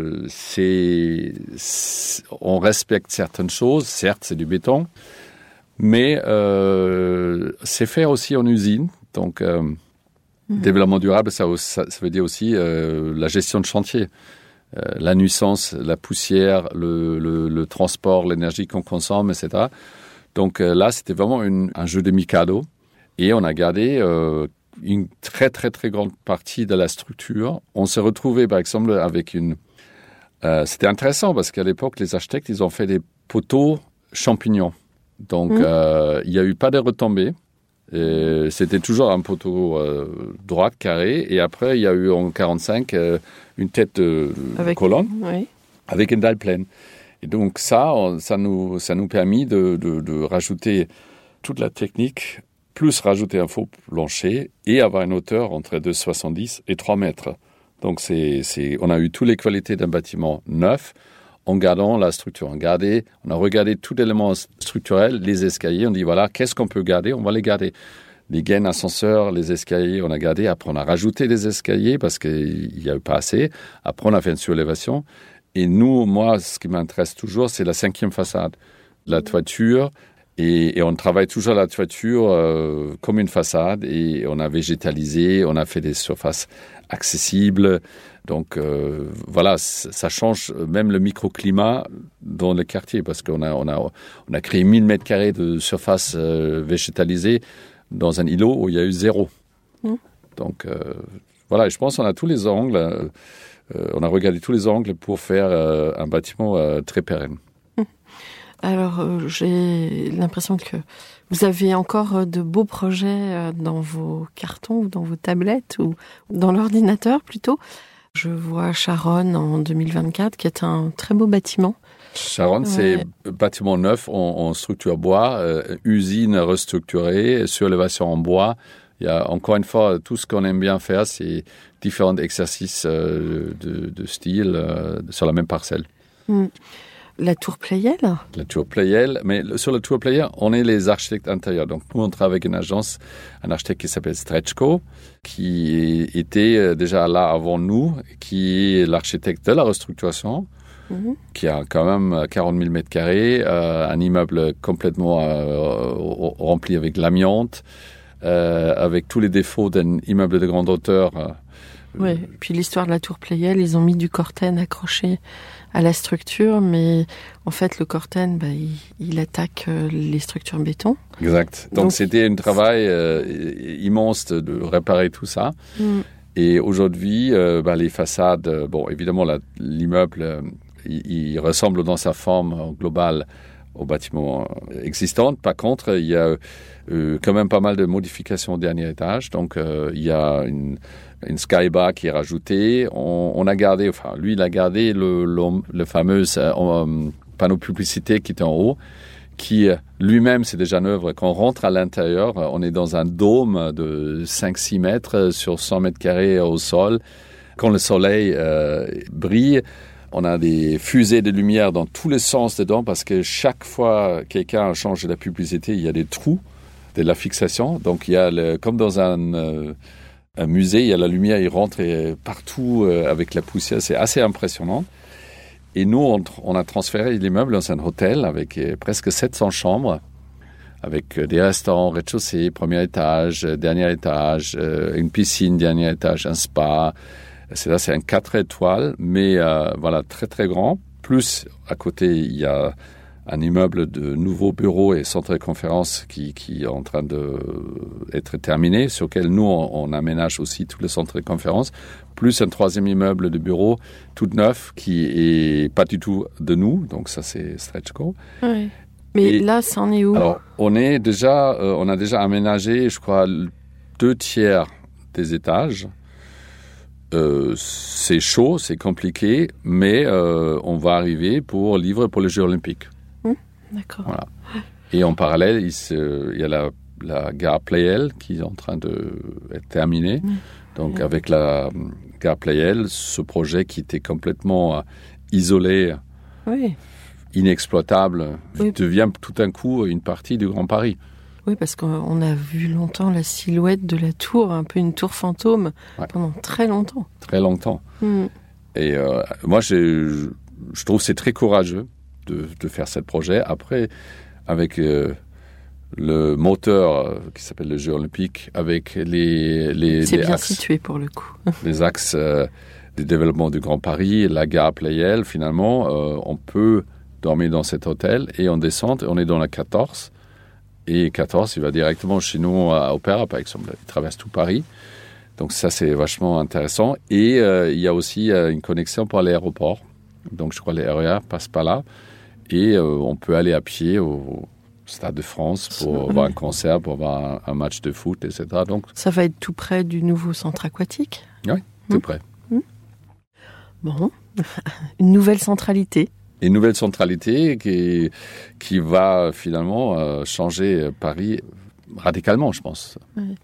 on respecte certaines choses, certes c'est du béton, mais c'est fait aussi en usine, donc développement durable ça veut dire aussi la gestion de chantier. La nuisance, la poussière, le transport, l'énergie qu'on consomme, etc. Donc là, c'était vraiment un jeu de Mikado. Et on a gardé une très, très, très grande partie de la structure. On s'est retrouvé, par exemple, avec c'était intéressant parce qu'à l'époque, les architectes, ils ont fait des poteaux champignons. Donc, il n'y a eu pas de retombées. C'était toujours un poteau droit, carré. Et après, il y a eu en 1945 une tête de colonne avec une dalle pleine. Et donc ça nous permis de rajouter toute la technique, plus rajouter un faux plancher et avoir une hauteur entre 2,70 et 3 mètres. Donc on a eu toutes les qualités d'un bâtiment neuf en gardant la structure. On a regardé tout élément structurel, les escaliers, on dit voilà, qu'est-ce qu'on peut garder? On va les garder. Les gaines ascenseurs, les escaliers, on a gardé. Après, on a rajouté des escaliers parce qu'il n'y avait pas assez. Après, on a fait une surélévation. Et moi, ce qui m'intéresse toujours, c'est la 5e façade, la toiture. Et on travaille toujours la toiture comme une façade. Et on a végétalisé, on a fait des surfaces accessibles. Donc, voilà, ça change même le microclimat dans le quartier. Parce qu'on a créé 1000 mètres carrés de surface végétalisée dans un îlot où il y a eu 0. Donc voilà, je pense qu'on a tous les angles. On a regardé tous les angles pour faire un bâtiment très pérenne. Alors, j'ai l'impression que vous avez encore de beaux projets dans vos cartons ou dans vos tablettes ou dans l'ordinateur plutôt. Je vois Charonne en 2024 qui est un très beau bâtiment. Charonne, c'est bâtiment neuf en structure bois, usine restructurée, surélévation en bois. Il y a encore une fois tout ce qu'on aime bien faire, c'est différents exercices de style sur la même parcelle. La tour Pleyel. La tour Pleyel, mais sur la tour Pleyel, on est les architectes intérieurs. Donc nous, on travaille avec une agence, un architecte qui s'appelle Stretchco, qui était déjà là avant nous, qui est l'architecte de la restructuration, qui a quand même 40 000 mètres carrés, un immeuble complètement rempli avec l'amiante, avec tous les défauts d'un immeuble de grande hauteur. Oui, puis l'histoire de la tour Pleyel, ils ont mis du corten accroché à la structure, mais en fait, le corten, il attaque les structures béton. Exact. Donc c'était un travail immense de réparer tout ça. Et aujourd'hui, les façades, évidemment, l'immeuble, il ressemble dans sa forme globale au bâtiment existant. Par contre, il y a quand même pas mal de modifications au dernier étage. Donc, il y a une skybar qui est rajoutée. On a gardé, lui, il a gardé le fameux panneau publicité qui était en haut, qui lui-même, c'est déjà une œuvre. Quand on rentre à l'intérieur, on est dans un dôme de 5-6 mètres sur 100 mètres carrés au sol. Quand le soleil brille, on a des fusées de lumière dans tous les sens dedans parce que chaque fois quelqu'un change la publicité, il y a des trous de la fixation. Donc, il y a comme dans un musée, il y a la lumière, il rentre partout avec la poussière. C'est assez impressionnant. Et nous, on a transféré l'immeuble dans un hôtel avec presque 700 chambres, avec des restaurants rez-de-chaussée, premier étage, dernier étage, une piscine, dernier étage, un spa. C'est un 4 étoiles, mais très très grand. Plus à côté, il y a un immeuble de nouveaux bureaux et centres de conférences qui est en train d'être terminé, sur lequel nous, on aménage aussi tous les centres de conférences, plus un troisième immeuble de bureaux tout neuf qui est pas du tout de nous, donc ça c'est Stretchco. Oui. Mais là, ça en est où? Alors, on a déjà aménagé, je crois, 2/3 des étages. C'est chaud, c'est compliqué, mais on va arriver pour livrer pour les Jeux Olympiques. D'accord. Voilà. Et en parallèle, il y a la gare Pleyel qui est en train d'être terminée. Donc avec la gare Pleyel, ce projet qui était complètement isolé, inexploitable, devient tout d'un coup une partie du Grand Paris. Oui, parce qu'on a vu longtemps la silhouette de la tour, un peu une tour fantôme, pendant très longtemps. Très longtemps. Et moi, je trouve que c'est très courageux de faire ce projet. Après, avec le moteur qui s'appelle le Jeu Olympique, avec les c'est bien axes, situé pour le coup. les axes du développement du Grand Paris, la gare Pleyel, finalement, on peut dormir dans cet hôtel et on descend, on est dans la 14. Et 14, il va directement chez nous à Opéra, par exemple. Il traverse tout Paris. Donc ça, c'est vachement intéressant. Et il y a aussi une connexion pour l'aéroport. Donc je crois que les RER passent par là. Et on peut aller à pied au Stade de France pour voir un concert, pour voir un match de foot, etc. Donc, ça va être tout près du nouveau centre aquatique? Oui, tout près. Bon, une nouvelle centralité. Une nouvelle centralité qui va finalement changer Paris radicalement, je pense. Oui.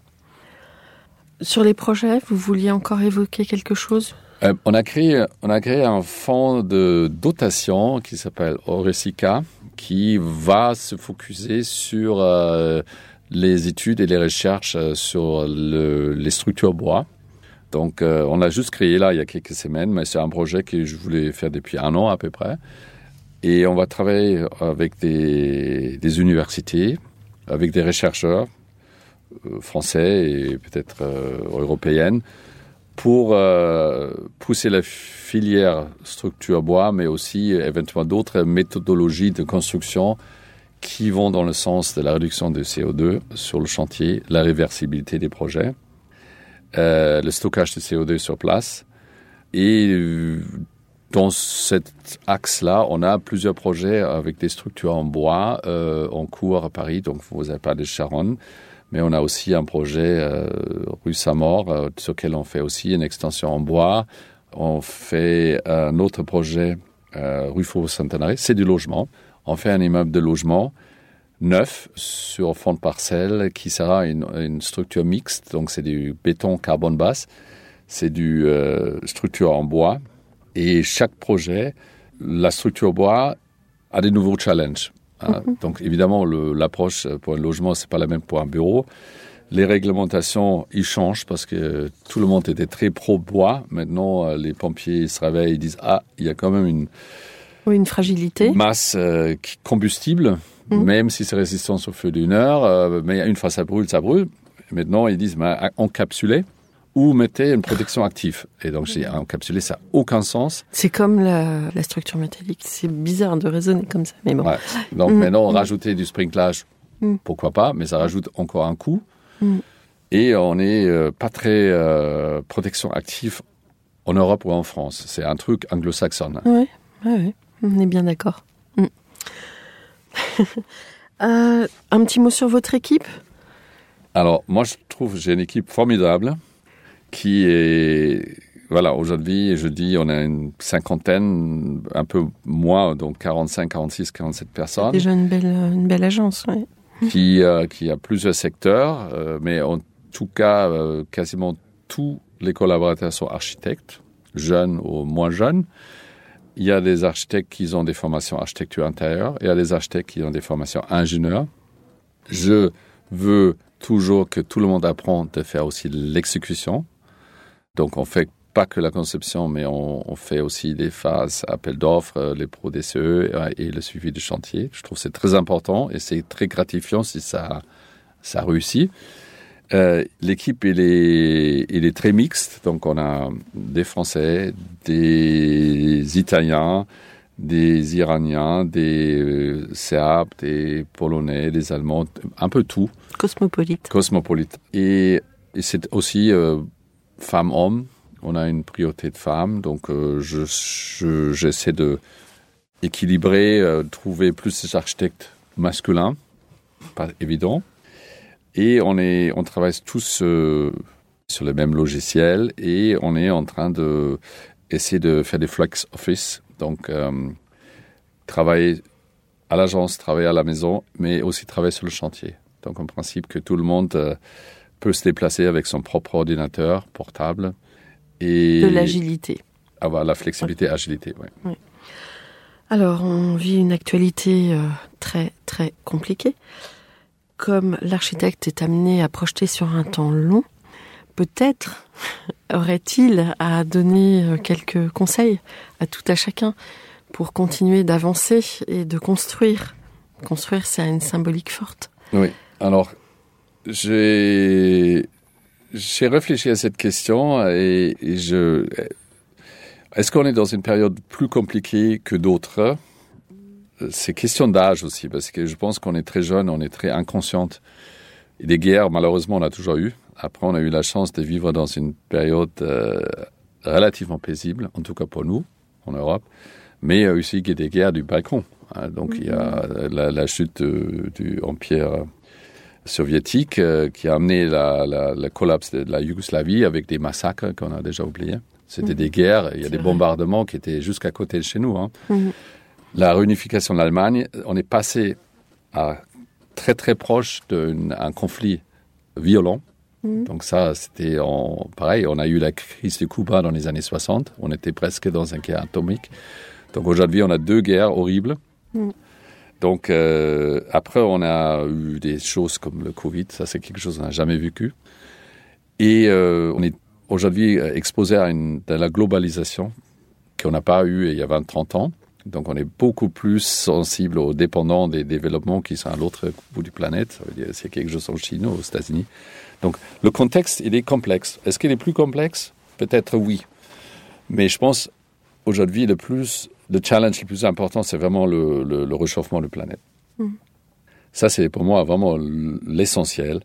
Sur les projets, vous vouliez encore évoquer quelque chose? On a créé un fonds de dotation qui s'appelle Oresica, qui va se focuser sur les études et les recherches sur les structures bois. Donc, on l'a juste créé là il y a quelques semaines, mais c'est un projet que je voulais faire depuis 1 an à peu près. Et on va travailler avec des universités, avec des chercheurs français et peut-être européennes pour pousser la filière structure bois, mais aussi éventuellement d'autres méthodologies de construction qui vont dans le sens de la réduction de CO2 sur le chantier, la réversibilité des projets. le stockage de CO2 sur place. Et dans cet axe-là, on a plusieurs projets avec des structures en bois en cours à Paris. Donc, vous avez parlé de Charonne. Mais on a aussi un projet rue Saint-Maur sur lequel on fait aussi une extension en bois. On fait un autre projet rue Faubourg-Saint-Honoré. C'est du logement. On fait un immeuble de logement neuf sur fond de parcelle qui sera une structure mixte. Donc, c'est du béton carbone basse. C'est du structure en bois. Et chaque projet, la structure bois a des nouveaux challenges. Donc, évidemment, l'approche pour un logement, c'est pas la même pour un bureau. Les réglementations, ils changent parce que tout le monde était très pro-bois. Maintenant, les pompiers se réveillent et disent « Ah, il y a quand même une fragilité. Masse combustible, même si c'est résistant au feu d'une heure. Mais une fois ça brûle, ça brûle. » Maintenant, ils disent « Encapsulé ». Ou mettez une protection active. Et donc, j'ai encapsulé, ça n'a aucun sens. C'est comme la structure métallique. C'est bizarre de raisonner comme ça, mais bon. Ouais. Donc, maintenant, rajouter du sprinklage, pourquoi pas, mais ça rajoute encore un coût. Et on n'est pas très protection active en Europe ou en France. C'est un truc anglo-saxon. Oui, on est bien d'accord. Un petit mot sur votre équipe ? Alors, moi, je trouve que j'ai une équipe formidable. Qui est, voilà, aujourd'hui, je dis, on a une cinquantaine, un peu moins, donc 45, 46, 47 personnes. C'est déjà une belle agence, oui. Qui a plusieurs secteurs, mais en tout cas, quasiment tous les collaborateurs sont architectes, jeunes ou moins jeunes. Il y a des architectes qui ont des formations architecture intérieure, il y a des architectes qui ont des formations ingénieurs. Je veux toujours que tout le monde apprenne à faire aussi l'exécution. Donc, on ne fait pas que la conception, mais on fait aussi des phases appel d'offres, les pro DCE et le suivi du chantier. Je trouve que c'est très important et c'est très gratifiant si ça réussit. L'équipe, il est très mixte. Donc, on a des Français, des Italiens, des Iraniens, des Serbes, des Polonais, des Allemands, un peu tout. Cosmopolite. Et c'est aussi... femmes-hommes, on a une priorité de femmes, donc j'essaie de équilibrer, trouver plus d'architectes masculins, pas évident. Et on travaille tous sur le même logiciel et on est en train d'essayer de faire des flex office, donc travailler à l'agence, travailler à la maison, mais aussi travailler sur le chantier. Donc en principe que tout le monde... peut se déplacer avec son propre ordinateur portable. Et de l'agilité. Avoir la flexibilité, agilité, oui. Oui. Alors, on vit une actualité très, très compliquée. Comme l'architecte est amené à projeter sur un temps long, peut-être aurait-il à donner quelques conseils à tout à chacun pour continuer d'avancer et de construire. Construire, c'est une symbolique forte. Oui, alors... J'ai réfléchi à cette question et est-ce qu'on est dans une période plus compliquée que d'autres ? C'est question d'âge aussi, parce que je pense qu'on est très jeune, on est très inconsciente. Et des guerres, malheureusement, on a toujours eu. Après, on a eu la chance de vivre dans une période relativement paisible, en tout cas pour nous, en Europe. Mais il y a aussi des guerres du Balkan. Donc, il y a la chute du Empire soviétique qui a amené le collapse de la Yougoslavie avec des massacres qu'on a déjà oubliés. C'était des guerres, il y a des bombardements qui étaient jusqu'à côté de chez nous. La réunification de l'Allemagne, on est passé à très très proche d'un conflit violent. Donc ça, c'était pareil, on a eu la crise de Cuba dans les années 60, on était presque dans une guerre atomique. Donc aujourd'hui, on a 2 guerres horribles. Donc, après, on a eu des choses comme le Covid. Ça, c'est quelque chose qu'on n'a jamais vécu. Et on est aujourd'hui exposé à de la globalisation qu'on n'a pas eu il y a 20-30 ans. Donc, on est beaucoup plus sensible aux dépendants des développements qui sont à l'autre bout du planète. Ça veut dire s'il y a quelque chose en Chine ou aux États-Unis. Donc, le contexte, il est complexe. Est-ce qu'il est plus complexe ? Peut-être oui. Mais je pense, aujourd'hui, le challenge le plus important, c'est vraiment le réchauffement de la planète. Ça, c'est pour moi vraiment l'essentiel.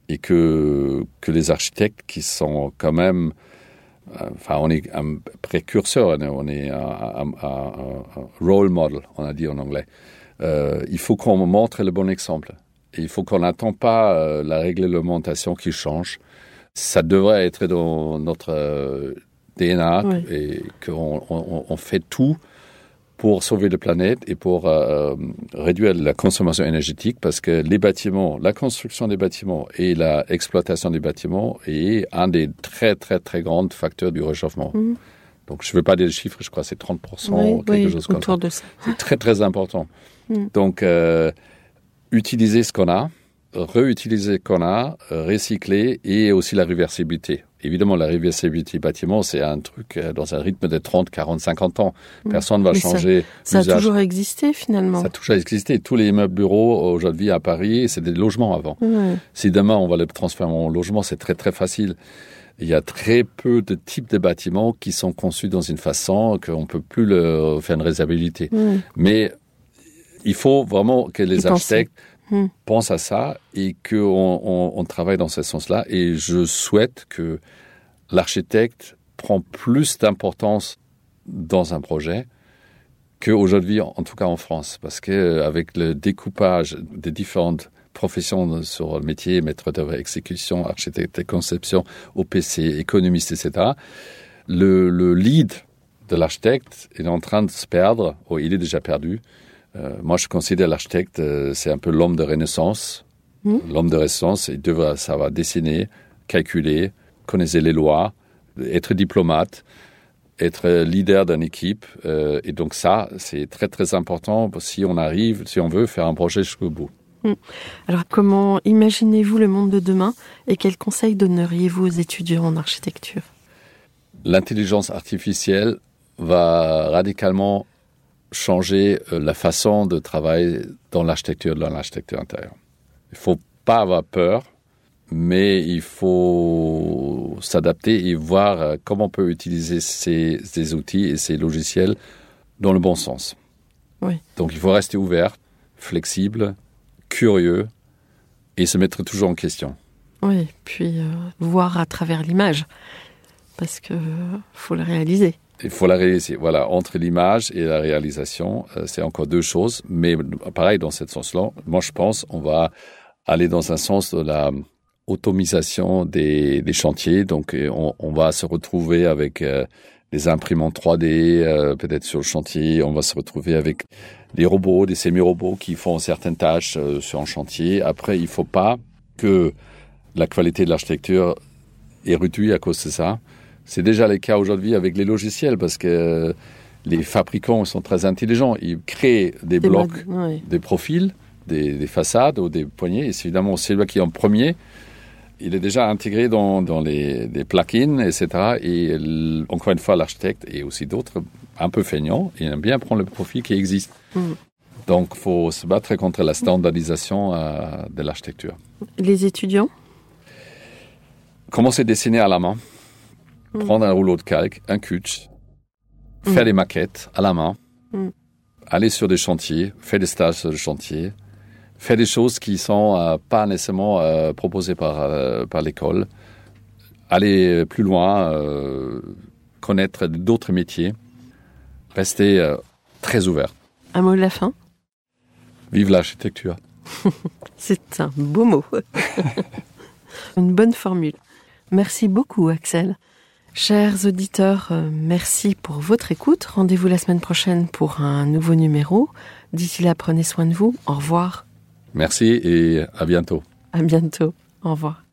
et que les architectes qui sont quand même... Enfin, on est un précurseur, on est un role model, on a dit en anglais. Il faut qu'on montre le bon exemple. Et il faut qu'on n'attend pas la réglementation qui change. Ça devrait être dans notre DNA et qu'on fait tout pour sauver la planète et pour réduire la consommation énergétique, parce que les bâtiments, la construction des bâtiments et l'exploitation des bâtiments est un des très, très, très grands facteurs du réchauffement. Mmh. Donc, je ne veux pas dire les chiffres, je crois que c'est 30%, quelque chose comme ça. De ça. C'est très, très important. Mmh. Donc, utiliser ce qu'on a, réutiliser ce qu'on a, recycler et aussi la réversibilité. Évidemment, la réversibilité bâtiment, c'est un truc dans un rythme de 30, 40, 50 ans. Personne ne va changer. Ça a toujours existé, finalement. Ça a toujours existé. Tous les immeubles bureaux, aujourd'hui, à Paris, c'est des logements avant. Ouais. Si demain, on va les transformer en logements, c'est très, très facile. Il y a très peu de types de bâtiments qui sont conçus dans une façon qu'on ne peut plus faire une réversibilité. Mais il faut vraiment que les architectes pensent à ça et qu'on travaille dans ce sens-là. Et je souhaite que l'architecte prend plus d'importance dans un projet qu'aujourd'hui, en tout cas en France. Parce qu'avec le découpage des différentes professions sur le métier, maître d'œuvre, exécution, architecte, conception, OPC, économiste, etc., le lead de l'architecte est en train de se perdre. Oh, il est déjà perdu. Moi, je considère l'architecte, c'est un peu l'homme de Renaissance. L'homme de Renaissance, il devrait savoir dessiner, calculer, connaître les lois, être diplomate, être leader d'une équipe. Et donc ça, c'est très, très important si on veut faire un projet jusqu'au bout. Alors, comment imaginez-vous le monde de demain et quels conseils donneriez-vous aux étudiants en architecture ? L'intelligence artificielle va radicalement changer la façon de travailler dans l'architecture intérieure. Il ne faut pas avoir peur, mais il faut s'adapter et voir comment on peut utiliser ces outils et ces logiciels dans le bon sens. Oui. Donc il faut rester ouvert, flexible, curieux et se mettre toujours en question. Oui, puis voir à travers l'image, parce qu'il faut le réaliser. Il faut la réaliser. Voilà, entre l'image et la réalisation, c'est encore deux choses. Mais pareil, dans ce sens-là, moi je pense qu'on va aller dans un sens de la automisation des chantiers. Donc on va se retrouver avec des imprimantes 3D, peut-être sur le chantier. On va se retrouver avec des robots, des semi-robots qui font certaines tâches sur un chantier. Après, il ne faut pas que la qualité de l'architecture est réduite à cause de ça. C'est déjà le cas aujourd'hui avec les logiciels parce que les fabricants sont très intelligents. Ils créent des blocs, des profils, des façades ou des poignées. Et c'est évidemment celui qui est en premier, il est déjà intégré dans des plugins, etc. Et encore une fois, l'architecte et aussi d'autres, un peu feignants, ils aiment bien prendre le profil qui existe. Donc, il faut se battre contre la standardisation de l'architecture. Les étudiants ? Commencer à dessiner à la main. Prendre un rouleau de calque, un cutch, faire des maquettes à la main, aller sur des chantiers, faire des stages sur des chantiers, faire des choses qui ne sont pas nécessairement proposées par l'école, aller plus loin, connaître d'autres métiers, rester très ouvert. Un mot de la fin ? Vive l'architecture. C'est un beau mot. Une bonne formule. Merci beaucoup, Axel. Chers auditeurs, merci pour votre écoute. Rendez-vous la semaine prochaine pour un nouveau numéro. D'ici là, prenez soin de vous. Au revoir. Merci et à bientôt. À bientôt. Au revoir.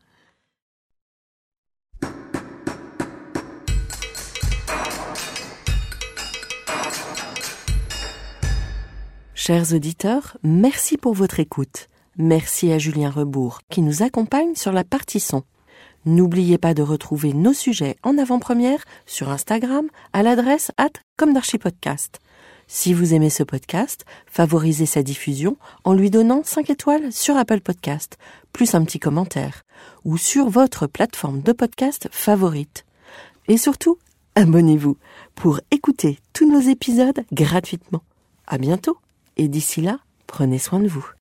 Chers auditeurs, merci pour votre écoute. Merci à Julien Rebourg qui nous accompagne sur la partie son. N'oubliez pas de retrouver nos sujets en avant-première sur Instagram à l'adresse @comdarchipodcast. Si vous aimez ce podcast, favorisez sa diffusion en lui donnant 5 étoiles sur Apple Podcast, plus un petit commentaire, ou sur votre plateforme de podcast favorite. Et surtout, abonnez-vous pour écouter tous nos épisodes gratuitement. À bientôt, et d'ici là, prenez soin de vous.